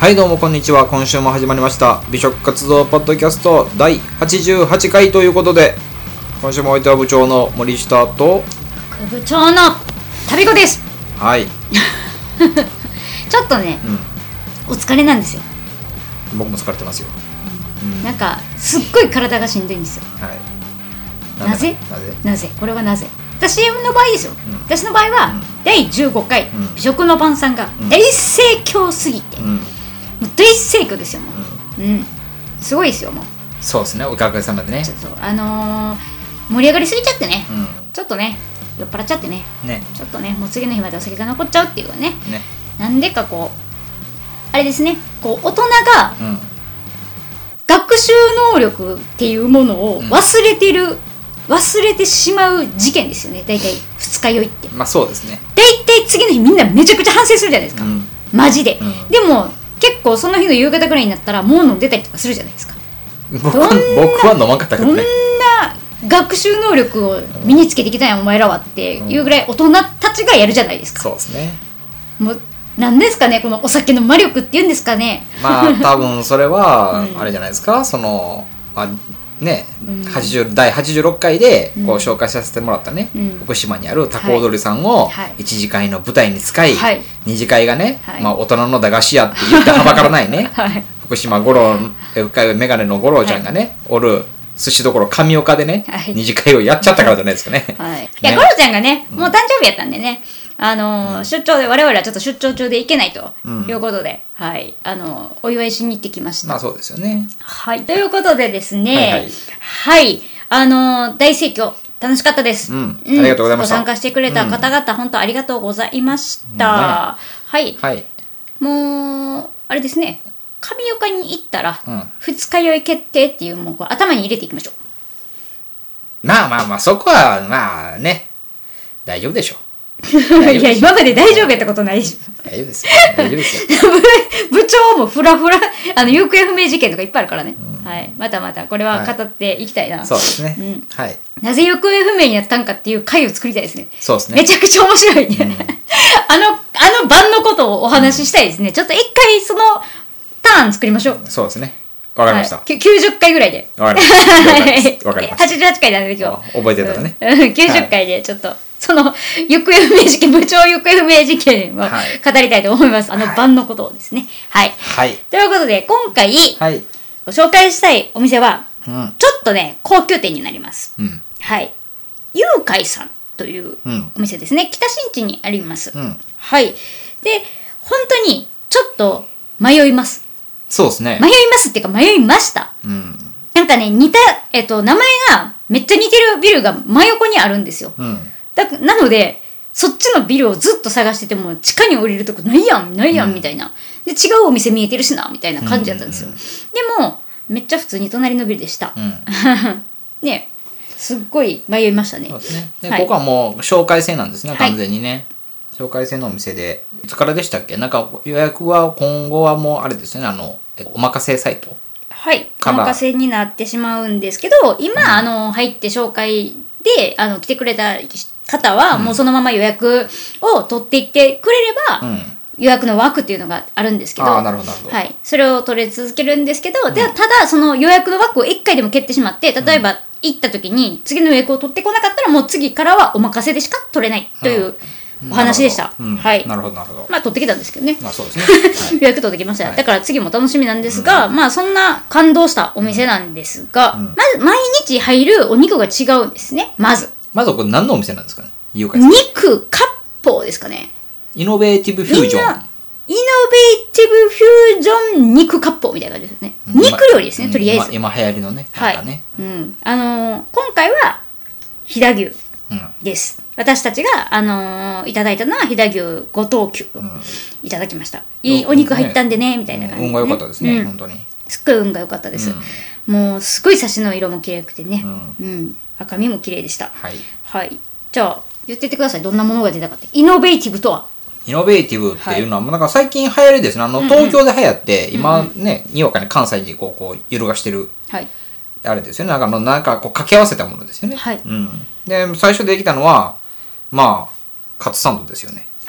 はいどうもこんにちは。今週も始まりました美食活動ポッドキャスト第88回ということで、今週もお相手は部長の森下と副部長の旅子です。 はいちょっとね、お疲れなんですよ。 僕も疲れてますよ、 なんかすっごい体がしんどいんですよ。 はい。 なぜこれはなぜ私の場合ですよ、私の場合は、第15回、美食の晩餐が大盛況すぎて、もう大盛況ですよ。もう、すごいですよ。もうそうですね、おかげさまでね。 ちょっと盛り上がりすぎちゃってね、ちょっとね酔っ払っちゃってね、ちょっとねもう次の日までお酒が残っちゃうっていうね。なんでかこうあれですね、こう大人が、学習能力っていうものを忘れてしまう事件ですよね。大体二日酔いって。 まあそうですね。 大体次の日みんなめちゃくちゃ反省するじゃないですか、マジで、でも結構その日の夕方ぐらいになったらもう飲んでたりとかするじゃないですか。 僕は飲まんかったけどね。 どんな学習能力を身につけてきたんやお前らはっていうぐらい大人たちがやるじゃないですか。 そうですね。 もうなんですかね、このお酒の魔力っていうんですかね。 まあ多分それはあれじゃないですか、そのね、第86回でこう紹介させてもらったね、福島にあるタコ踊りさんを1次会の舞台に使い、2次会がね、大人の駄菓子屋って言ってはばからないね、福島五郎メガネの五郎ちゃんがね、おる寿司どころ上岡でね、2次会をやっちゃったからじゃないですかね。 いや、五郎ちゃんがね、もう誕生日やったんでね、出張で我々はちょっと出張中で行けないということで、お祝いしに行ってきました。 まあそうですよね。 はい、ということでですね、大盛況楽しかったです。ありがとうございました。 ご参加してくれた方々、本当ありがとうございました。もうあれですね、上岡に行ったら二日酔い決定っていうもう頭に入れていきましょう。まあそこはまあね大丈夫でしょう。 いや今まで大丈夫やったことないし。 大丈夫ですよ。 部長もフラフラ行方不明事件とかいっぱいあるからね。またこれは語っていきたいな。 そうですね。 なぜ行方不明になったんかっていう回を作りたいですね。 そうですね。 めちゃくちゃ面白いね。あの晩のことをお話ししたいですね。ちょっと一回そのターン作りましょう。 そうですね。わかりました。 90回ぐらいで。 わかりました。わかりました。 88回なんで今日。 覚えてたらね。 90回でちょっと。その行方不明事件、部長行方不明事件を語りたいと思います。晩のことをですね。ということで、今回、ご紹介したいお店は、ちょっとね、高級店になります。ゆうかいさんというお店ですね。北新地にあります。で、本当にちょっと迷います。 そうですね。 迷いますっていうか迷いました。なんかね、名前がめっちゃ似てるビルが真横にあるんですよ。なのでそっちのビルをずっと探してても地下に降りるとこないやんみたいなで、違うお店見えてるしなみたいな感じだったんですよ。でもめっちゃ普通に隣のビルでした。ね、すっごい迷いましたね。 そうですね。で、ここはもう紹介制なんですね、完全にね。紹介制のお店で、いつからでしたっけ？なんか予約は今後はもうあれですね、おまかせサイト。 おまかせになってしまうんですけど、今入って紹介で来てくれた方はもうそのまま予約を取っていってくれれば、予約の枠っていうのがあるんですけど、それを取り続けるんですけど、ただその予約の枠を1回でも蹴ってしまって、例えば行った時に次の予約を取ってこなかったらもう次からはお任せでしか取れないというお話でした。 なるほど。 まあ取ってきたんですけどね。 そうですね。 予約取ってきました。だから次も楽しみなんですが、まあそんな感動したお店なんですが、まず毎日入るお肉が違うんですね。まずこれ何のお店なんですかね。 肉割烹ですかね。 イノベーティブフュージョン。 イノベーティブフュージョン肉割烹みたいな感じですね。肉料理ですね、とりあえず。 今流行りのね。 今回は飛騨牛です。私たちが、いただいたのは飛騨牛五等級いただきました。いいお肉入ったんでねみたいな感じで、 運が良かったですね、本当に。 すっごい運が良かったです。もうすごいサシの色も綺麗くてね、赤身も綺麗でした。じゃあ言っててください。どんなものが出たかって。イノベーティブとは？ イノベーティブっていうのは、なんか最近流行りですね。東京で流行って、今ね、にわかに関西にこう揺るがしてる、あれですよね。なんかこう掛け合わせたものですよね。で、最初できたのは、まあ、カツサンドですよね。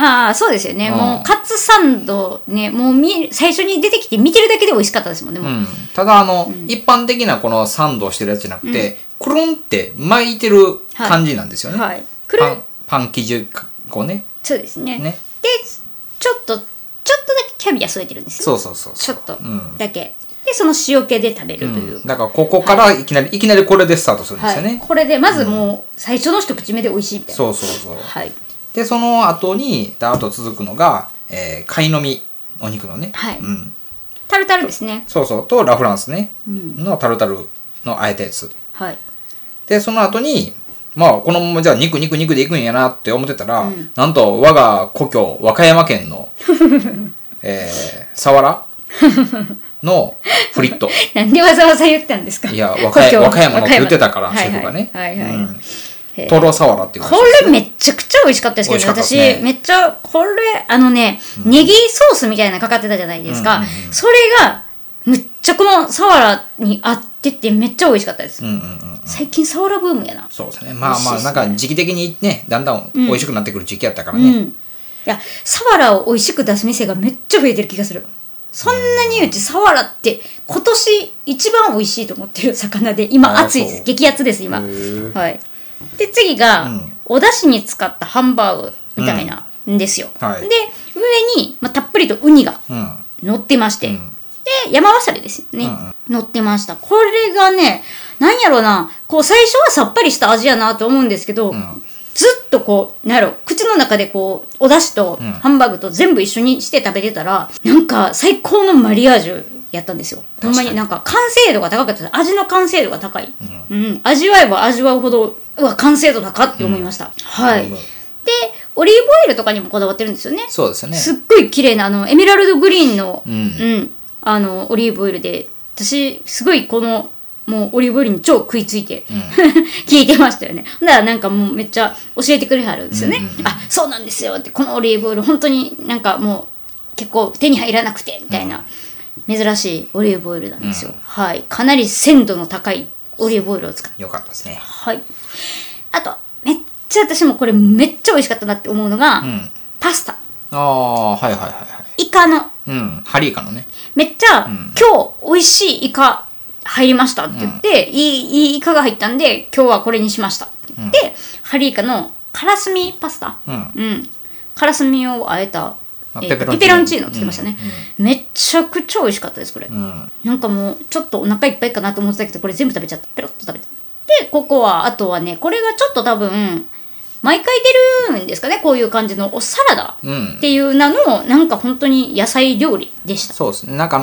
ああ、そうですよね、もうカツサンドね、もう最初に出てきて見てるだけで美味しかったですもんね、もう、 ただ一般的なこのサンドをしてるやつじゃなくて、クルンって巻いてる感じなんですよね、 はい、 パン生地こうね、 そうですね。でちょっとだけキャビア添えてるんですよ。そうちょっとだけ、でその塩気で食べるという、 だからここからいきなりこれでスタートするんですよね、 これでまずもう最初の一口目で美味しいみたいな。 そう、 はい、 でその後にあと続くのが、貝の実お肉のね、 タルタルですね。 そうとラ・フランスね、のタルタルのあえたやつ、でその後にまあこのままじゃあ肉でいくんやなって思ってたら、なんと我が故郷和歌山県のさわらのフリットなんでわざわざ言ったんですか。 いや和歌山のって言ってたからシェフがね、トロサワラっていうこれめっちゃくちゃ美味しかったですけど、私めっちゃこれネギソースみたいなのかかってたじゃないですか、それがむっちゃこのサワラに合っててめっちゃ美味しかったです。最近サワラブームやな。 そうですね、まあなんか時期的にねだんだん美味しくなってくる時期やったからね、いやサワラを美味しく出す店がめっちゃ増えてる気がする。そんなにうちサワラって今年一番美味しいと思ってる魚で、今熱いです、激熱です今。はい。で次が、お出汁に使ったハンバーグみたいなんですよ、で上に、たっぷりとウニが乗ってまして、で山わさびですよね、乗ってました。これがね、なんやろうな、こう最初はさっぱりした味やなと思うんですけど、ずっとこうなんやろ、口の中でこうお出汁とハンバーグと全部一緒にして食べてたら、なんか最高のマリアージュやったんですよ。ほんまになんか完成度が高かった。味の完成度が高い、味わえば味わうほど完成度高って思いました、はい。でオリーブオイルとかにもこだわってるんですよね。 そうですね。 すっごい綺麗なエメラルドグリーンの、オリーブオイルで、私すごいこのもうオリーブオイルに超食いついて、聞いてましたよね。だからなんかもうめっちゃ教えてくれはるんですよね、あ、そうなんですよって、このオリーブオイル本当になんかもう結構手に入らなくてみたいな、珍しいオリーブオイルなんですよ、はい。かなり鮮度の高いオリーブオイルを使ってよかったですね。 はい。あとめっちゃ私もこれめっちゃ美味しかったなって思うのが、パスタ。イカの、 ハリイカのね、 めっちゃ、今日美味しいイカ入りましたって言って、いいイカが入ったんで今日はこれにしましたって言って、ハリイカのカラスミパスタ、カラスミをあえたペペロンチーノって言ってましたね、めっちゃくちゃ美味しかったですこれ、なんかもうちょっとお腹いっぱいかなと思ってたけど、これ全部食べちゃった。ペロッと食べた。でここはあとはね、これがちょっと多分毎回出るんですかね、こういう感じのおサラダっていう名の、なんか本当に野菜料理でした。 そうですね、なんか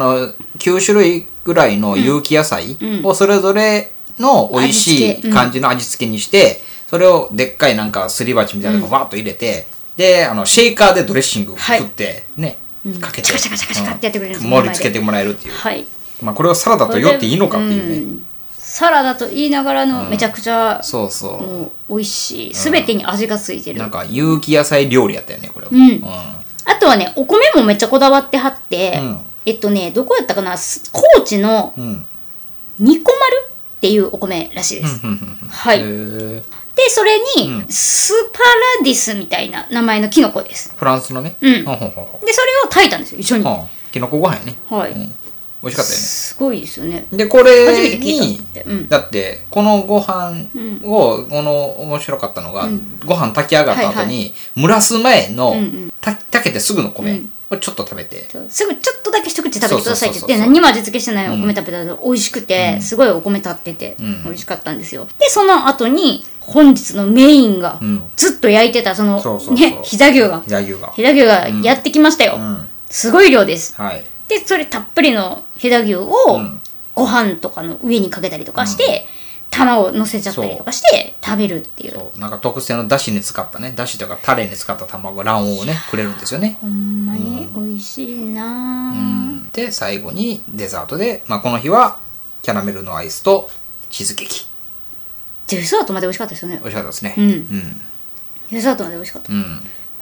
9種類ぐらいの有機野菜をそれぞれの美味しい感じの味付けにして、それをでっかいなんかすり鉢みたいなのをバーッと入れて、でシェイカーでドレッシング振ってね、かけてチャカチャカチャカチャカってやってくれるんです、 盛り付けてもらえるっていう、まあこれをサラダと言っていいのかっていうね、 サラダと言いながらのめちゃくちゃ、もう美味しい、全てに味がついてる、 なんか有機野菜料理やったよねこれは、 あとはね、お米もめっちゃこだわってはって、どこやったかな、高知のニコ丸っていうお米らしいです、はい。でそれにスパラディスみたいな名前のキノコです、 フランスのね、 でそれを炊いたんですよ一緒に、 キノコご飯やね、 はい、 美味しかったよね。 すごいですよね。 でこれにだってこのご飯を面白かったのが、ご飯炊き上がった後に蒸らす前の炊けてすぐの米をちょっと食べて、 すぐちょっとだけ一口食べてくださいって言って、何にも味付けしてないお米食べたら美味しくて、すごいお米立ってて美味しかったんですよ。でその後に本日のメインがずっと焼いてたそのね、飛騨牛がやってきましたよ。すごい量です。でそれたっぷりの飛騨牛をご飯とかの上にかけたりとかして、卵を乗せちゃったりとかして食べるっていう、 なんか特製のだしに使ったね、だしとかタレに使った卵、卵黄をねくれるんですよね。 ほんまに美味しいな、 で最後にデザートで、この日はキャラメルのアイスとチーズケーキ。 デザートまで美味しかったですよね。 美味しかったですね。 デザートまで美味しかった、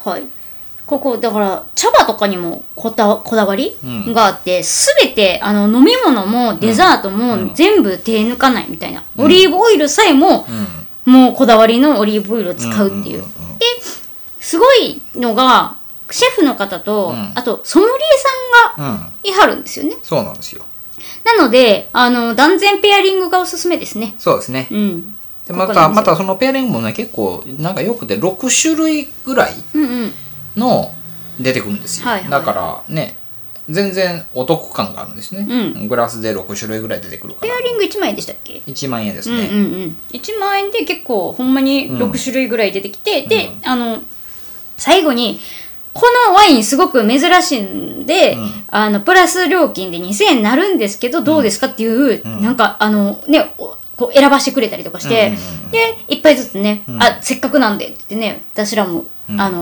はい。ここだから茶葉とかにもこだわりがあって、全て飲み物もデザートも全部手抜かないみたいな、オリーブオイルさえも、もうこだわりのオリーブオイルを使うっていう、ですごいのがシェフの方と、あとソムリエさんがいはるんですよね。 そうなんですよ。 なので断然ペアリングがおすすめですね。 そうですね。でまたそのペアリングもね結構なんかよくて6種類ぐらいの出てくるんですよ。だからね全然お得感があるんですね。グラスで6種類ぐらい出てくるから。 ペアリング1万円でしたっけ ？1万円ですね。 1万円で結構ほんまに6種類ぐらい出てきて、で最後にこのワインすごく珍しいんで、プラス料金で2000円になるんですけどどうですかっていう、なんかねこう選ばしてくれたりとかして、で1杯ずつね、せっかくなんでって言ってね、私らも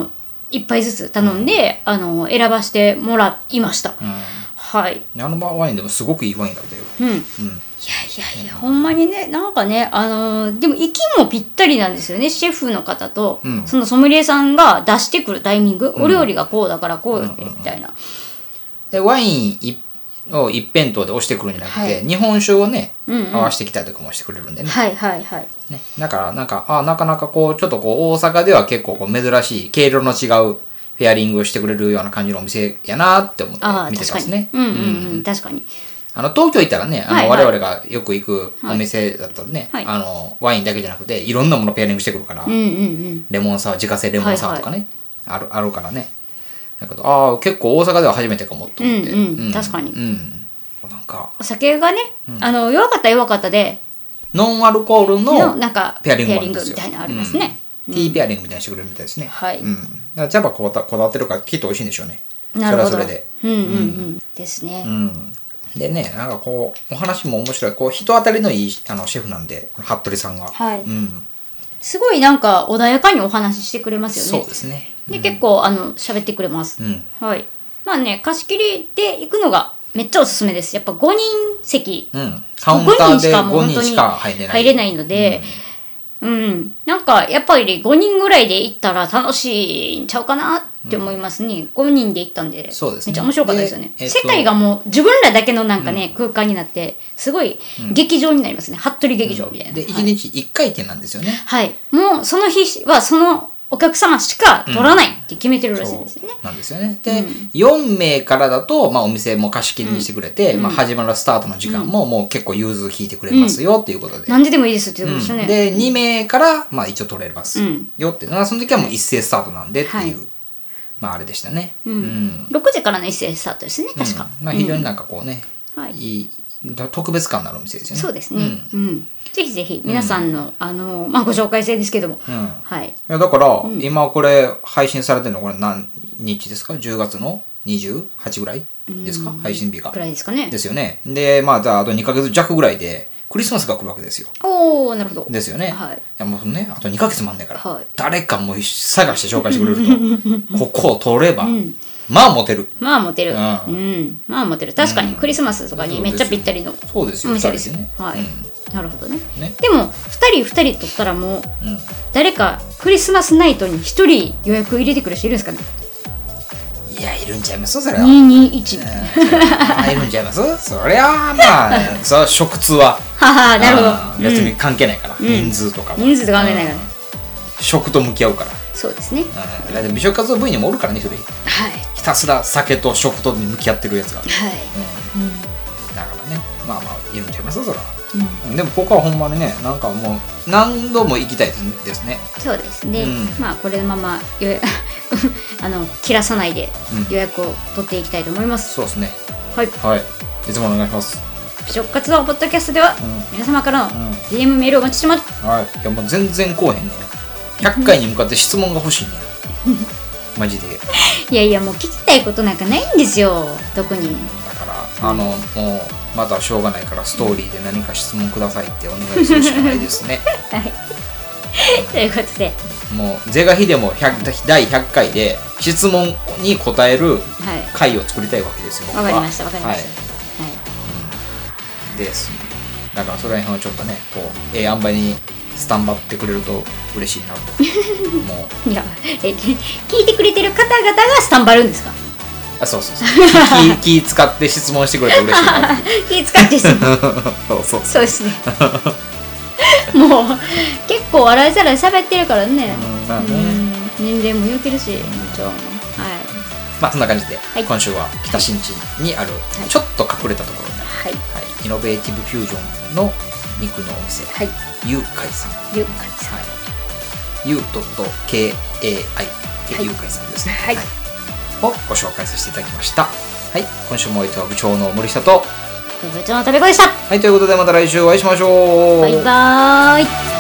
1杯ずつ頼んで、選ばしてもらいました。はい。 ワインでもすごくいいワインだったよ。 いやほんまにね、なんかねでも息もぴったりなんですよね、シェフの方と、そのソムリエさんが出してくるタイミング、お料理がこうだからこうよみたいな。 でワインを一辺倒で押してくるんじゃなくて、日本酒をね、合わせてきたりとかもしてくれるんでね。ね、だからなんかなかなかこうちょっとこう大阪では結構こう珍しい毛色の違うペアリングをしてくれるような感じのお店やなって思って見てますね。 確かに。 東京行ったらね、我々がよく行くお店だったらね、ワインだけじゃなくていろんなものペアリングしてくるから、レモンサワー、自家製レモンサワーとかね、あるからね。だけど結構大阪では初めてかもと思って。 確かに。 なんかお酒がね、弱かったでノンアルコールのなんかペアリングみたいなのありますね。 ティーペアリングみたいにしてくれるみたいですね。だからジャバこだわってるからきっと美味しいんでしょうね。 なるほど。 それはそれで。 ですね。 でね、なんかこうお話も面白い、こう人当たりのいいシェフなんで、服部さんが。 すごいなんか穏やかにお話ししてくれますよね。 そうですね。 で結構喋ってくれます。はい。まあね、貸し切りで行くのがめっちゃおすすめです。やっぱ5人席、 カウンターで5人しか入れないので、 なんかやっぱり5人ぐらいで行ったら楽しいんちゃうかなって思いますね。5人で行ったんで、めっちゃ面白かったですよね。世界がもう自分らだけのなんかね、空間になってすごい劇場になりますね。服部劇場みたいな。 で1日1回転なんですよね。 はい。もうその日はそのお客様しか取らないって決めてるらしいんですよね。 なんですよね。で、4名からだと、お店も貸し切りにしてくれて、始まるスタートの時間ももう結構融通引いてくれますよっていうことで。 何時でもいいですって言ってましたね。 で、2名から一応取れますよって。その時はもう一斉スタートなんでっていう、あれでしたね。 6時からの一斉スタートですね、確か。 非常になんかこうね、いい特別感のあるお店ですよね。 そうですね。ぜひぜひ皆さんのご紹介制ですけども、 だから今これ配信されてるのこれ何日ですか？10月の28ぐらいですか？配信日がぐらいですかね。 ですよね。でじゃああと2ヶ月弱ぐらいでクリスマスが来るわけですよ。 おお、なるほど。 ですよね。いやもうね、あと2ヶ月もあんねんから、誰かもう探して紹介してくれるとここを取ればモテる。 モテる。モテる。確かにクリスマスとかにめっちゃぴったりのお店ですよね。なるほどね。でも2人取ったらもう誰かクリスマスナイトに1人予約入れてくる人いるんですかね。 いや、いるんちゃいますそれは。 221 いるんちゃいますそりゃそれは食通はなるほど。 別に関係ないから人数とか関係ないから食と向き合うから。 そうですね。 で美食活動部員にもおるからね、それ。ひたすら酒と食とに向き合ってるやつが。だからね、いるんちゃいますそら。でもここはほんまにね、なんかもう何度も行きたいですね。 そうですね。これのまま切らさないで予約を取っていきたいと思います。 そうですね。 はい。 いつもお願いします。 美食活動ポッドキャストでは皆様からの DM メールをお待ちしてます。 いやもう全然こうへんねん。100回に向かって質問が欲しいねん。マジで。 いやもう聞きたいことなんかないんですよ、特に。 だからもうまたしょうがないからストーリーで何か質問くださいってお願いするしかないですね。 ということでもう是が非でも第100回で質問に答える回を作りたいわけですよ。 わかりました。 ですだからそれら辺をちょっとねこう塩梅にスタンバってくれると嬉しいなと。もういや聞いてくれてる方々がスタンバるんですか？ そう気使って質問してくれて嬉しいな。 気使って質問そうですね。もう結構笑いざらい喋ってるからね。年齢も言うてるし、はい。 まあそんな感じで、今週は北新地にあるちょっと隠れたところにある、イノベーティブフュージョンの肉のお店、ゆうかいさん、U.KAI ゆうかいさんですね、をご紹介させていただきました。今週もお相手は部長の森下と部長の食べ子でした。 ということでまた来週お会いしましょう。 バイバーイ。